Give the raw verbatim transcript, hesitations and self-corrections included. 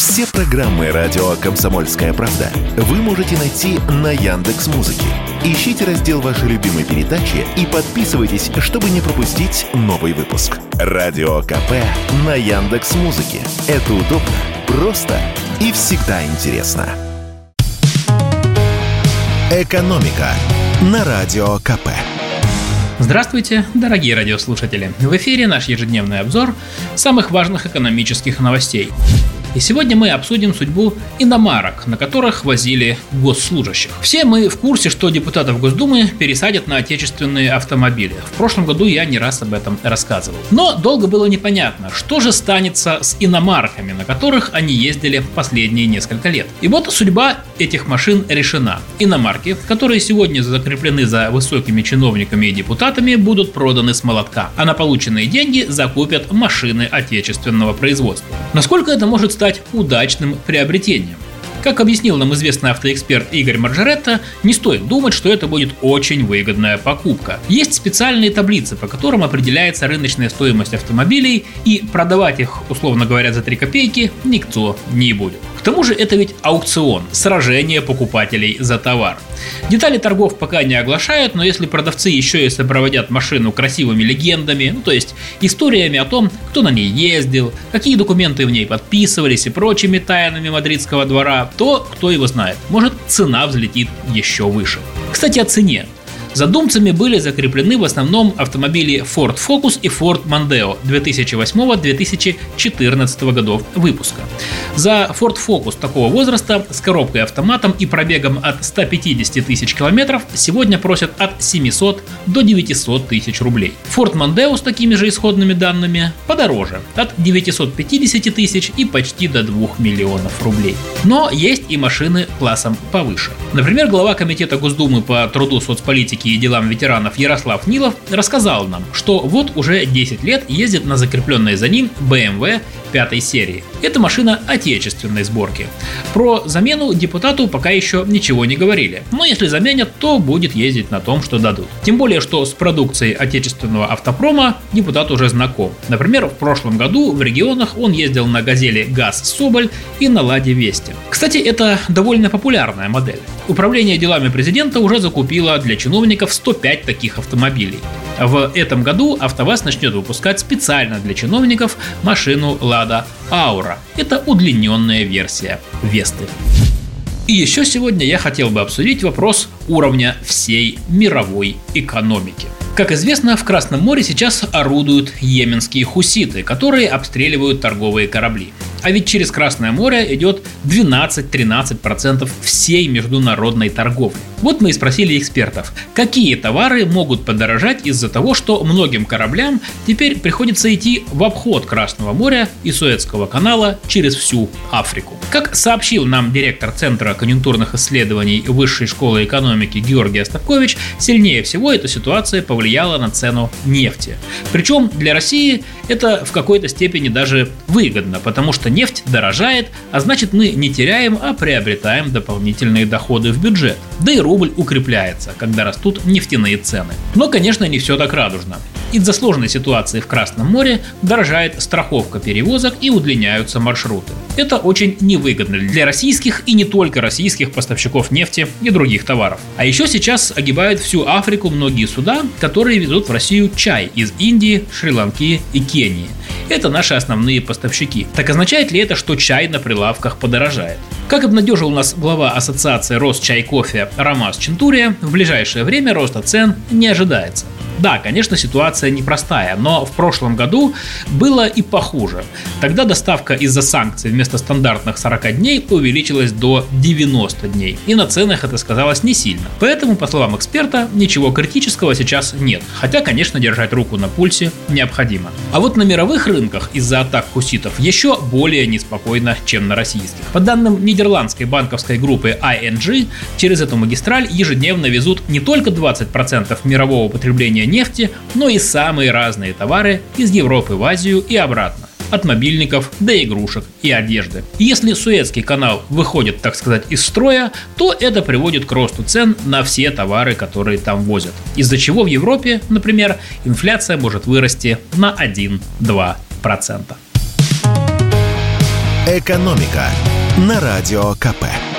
Все программы радио «Комсомольская правда» вы можете найти на Яндекс.Музыке. Ищите раздел вашей любимой передачи и подписывайтесь, чтобы не пропустить новый выпуск. Радио КП на Яндекс.Музыке. Это удобно, просто и всегда интересно. «Экономика» на Радио КП. Здравствуйте, дорогие радиослушатели! В эфире наш ежедневный обзор самых важных экономических новостей. И сегодня мы обсудим судьбу иномарок, на которых возили госслужащих. Все мы в курсе, что депутатов Госдумы пересадят на отечественные автомобили. В прошлом году я не раз об этом рассказывал. Но долго было непонятно, что же станется с иномарками, на которых они ездили последние несколько лет. И вот судьба этих машин решена. Иномарки, которые сегодня закреплены за высокими чиновниками и депутатами, будут проданы с молотка, а на полученные деньги закупят машины отечественного производства. Насколько это может стать удачным приобретением? Как объяснил нам известный автоэксперт Игорь Маржаретто, не стоит думать, что это будет очень выгодная покупка. Есть специальные таблицы, по которым определяется рыночная стоимость автомобилей, и продавать их, условно говоря, за три копейки никто не будет. К тому же это ведь аукцион, сражение покупателей за товар. Детали торгов пока не оглашают, но если продавцы еще и сопроводят машину красивыми легендами, ну то есть историями о том, кто на ней ездил, какие документы в ней подписывались и прочими тайнами мадридского двора, то, кто его знает, может, цена взлетит еще выше. Кстати, о цене. Задумцами были закреплены в основном автомобили Ford Focus и Ford Mondeo две тысячи восьмого - две тысячи четырнадцатого годов выпуска. За Ford Focus такого возраста с коробкой автоматом и пробегом от ста пятидесяти тысяч километров сегодня просят от семисот до девятисот тысяч рублей. Ford Mondeo с такими же исходными данными подороже, от девятисот пятидесяти тысяч и почти до двух миллионов рублей. Но есть и машины классом повыше. Например, глава Комитета Госдумы по труду, соцполитике и делам ветеранов Ярослав Нилов рассказал нам, что вот уже десять лет ездит на закрепленной за ним бэ эм вэ пятой серии. Это машина отечественной сборки. Про замену депутату пока еще ничего не говорили, но если заменят, то будет ездить на том, что дадут. Тем более, что с продукцией отечественного автопрома депутат уже знаком. Например, в прошлом году в регионах он ездил на «Газели ГАЗ Соболь» и на «Ладе Вести». Кстати, это довольно популярная модель. Управление делами президента уже закупило для чиновников сто пять таких автомобилей. В этом году АвтоВАЗ начнет выпускать специально для чиновников машину «Лада Аура». Это удлиненная версия Весты. И еще сегодня я хотел бы обсудить вопрос уровня всей мировой экономики. Как известно, в Красном море сейчас орудуют йеменские хуситы, которые обстреливают торговые корабли. А ведь через Красное море идет двенадцать-тринадцать процентов всей международной торговли. Вот мы и спросили экспертов, какие товары могут подорожать из-за того, что многим кораблям теперь приходится идти в обход Красного моря и Суэцкого канала через всю Африку. Как сообщил нам директор Центра конъюнктурных исследований Высшей школы экономики Георгий Остапкович, сильнее всего эта ситуация повлияла на цену нефти. Причем для России это в какой-то степени даже выгодно, потому что нефть дорожает, а значит мы не теряем, а приобретаем дополнительные доходы в бюджет. Да и рубль укрепляется, когда растут нефтяные цены. Но, конечно, не все так радужно. Из-за сложной ситуации в Красном море дорожает страховка перевозок и удлиняются маршруты. Это очень невыгодно для российских и не только российских поставщиков нефти и других товаров. А еще сейчас огибают всю Африку многие суда, которые везут в Россию чай из Индии, Шри-Ланки и Кении. Это наши основные поставщики. Так означает ли это, что чай на прилавках подорожает? Как обнадежил нас глава ассоциации Росчай-Кофе Ромас Чентурия, в ближайшее время роста цен не ожидается. Да, конечно, ситуация непростая, но в прошлом году было и похуже. Тогда доставка из-за санкций вместо стандартных сорока дней увеличилась до девяноста дней, и на ценах это сказалось не сильно. Поэтому, по словам эксперта, ничего критического сейчас нет, хотя, конечно, держать руку на пульсе необходимо. А вот на мировых рынках из-за атак хуситов еще более неспокойно, чем на российских. По данным нидерландской банковской группы ай эн джи, через эту магистраль ежедневно везут не только двадцать процентов мирового потребления нефти, но и самые разные товары из Европы в Азию и обратно. От мобильников до игрушек и одежды. Если Суэцкий канал выходит, так сказать, из строя, то это приводит к росту цен на все товары, которые там возят. Из-за чего в Европе, например, инфляция может вырасти на один-два процента. «Экономика» на Радио ка пэ.